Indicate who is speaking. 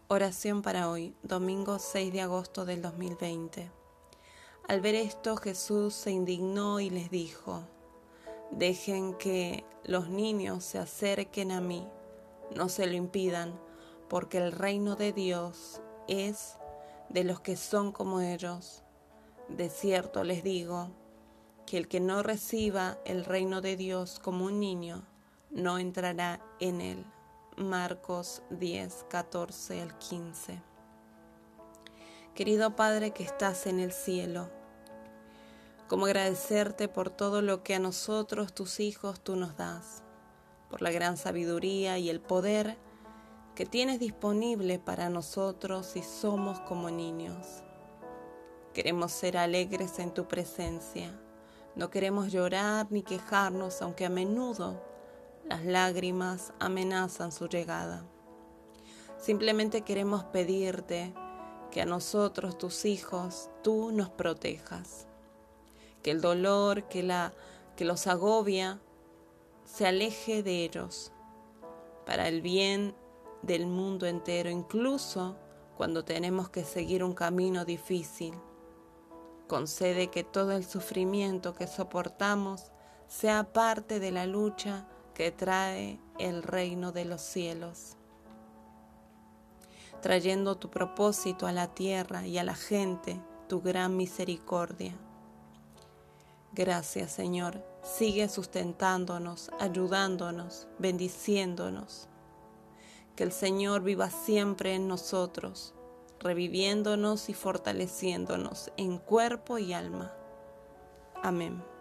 Speaker 1: Oración para hoy, domingo 6 de agosto del 2020. Al ver esto, Jesús se indignó y les dijo: dejen que los niños se acerquen a mí, no se lo impidan, porque el reino de Dios es de los que son como ellos. De cierto les digo, que el que no reciba el reino de Dios como un niño, no entrará en él. Marcos 10, 14 al 15. Querido Padre que estás en el cielo, cómo agradecerte por todo lo que a nosotros, tus hijos, tú nos das, por la gran sabiduría y el poder que tienes disponible para nosotros si somos como niños. Queremos ser alegres en tu presencia, no queremos llorar ni quejarnos, aunque a menudo las lágrimas amenazan su llegada. Simplemente queremos pedirte que a nosotros, tus hijos, tú nos protejas. Que el dolor que los agobia se aleje de ellos, para el bien del mundo entero, incluso cuando tenemos que seguir un camino difícil. Concede que todo el sufrimiento que soportamos sea parte de la lucha que trae el reino de los cielos, trayendo tu propósito a la tierra y a la gente, tu gran misericordia. Gracias, Señor. Sigue sustentándonos, ayudándonos, bendiciéndonos. Que el Señor viva siempre en nosotros, reviviéndonos y fortaleciéndonos en cuerpo y alma. Amén.